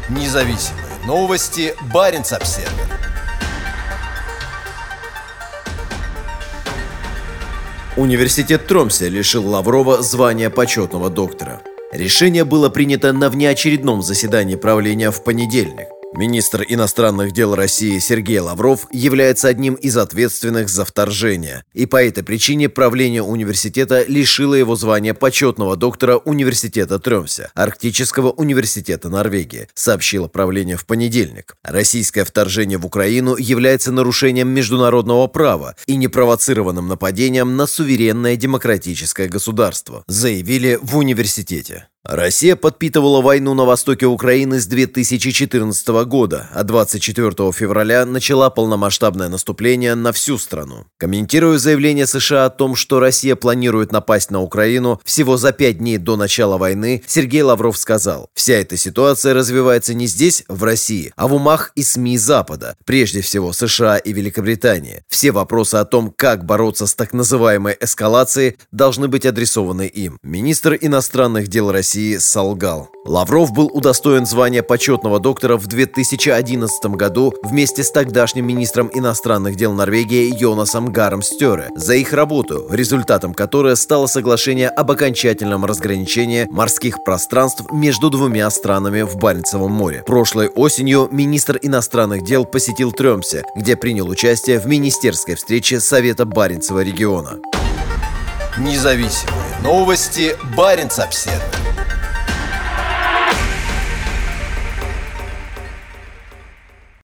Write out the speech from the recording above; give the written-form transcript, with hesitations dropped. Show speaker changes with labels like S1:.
S1: Независимые новости. Баренц-Обсервер.
S2: Университет Тромсе лишил Лаврова звания почетного доктора. Решение было принято на внеочередном заседании правления в понедельник. Министр иностранных дел России Сергей Лавров является одним из ответственных за вторжение, и по этой причине правление университета лишило его звания почетного доктора университета Тромсе, Арктического университета Норвегии, сообщило правление в понедельник. Российское вторжение в Украину является нарушением международного права и непровоцированным нападением на суверенное демократическое государство, заявили в университете. Россия подпитывала войну на востоке Украины с 2014 года, а 24 февраля начала полномасштабное наступление на всю страну. Комментируя заявление США о том, что Россия планирует напасть на Украину всего за 5 дней до начала войны, Сергей Лавров сказал: «Вся эта ситуация развивается не здесь, в России, а в умах и СМИ Запада, прежде всего США и Великобритании. Все вопросы о том, как бороться с так называемой эскалацией, должны быть адресованы им». Министр иностранных дел России солгал. Лавров был удостоен звания почетного доктора в 2011 году вместе с тогдашним министром иностранных дел Норвегии Йонасом Гаром Стёре за их работу, результатом которой стало соглашение об окончательном разграничении морских пространств между двумя странами в Баренцевом море. Прошлой осенью министр иностранных дел посетил Тромсе, где принял участие в министерской встрече Совета Баренцева региона.
S1: Независимые новости. Баренц-Обсервер.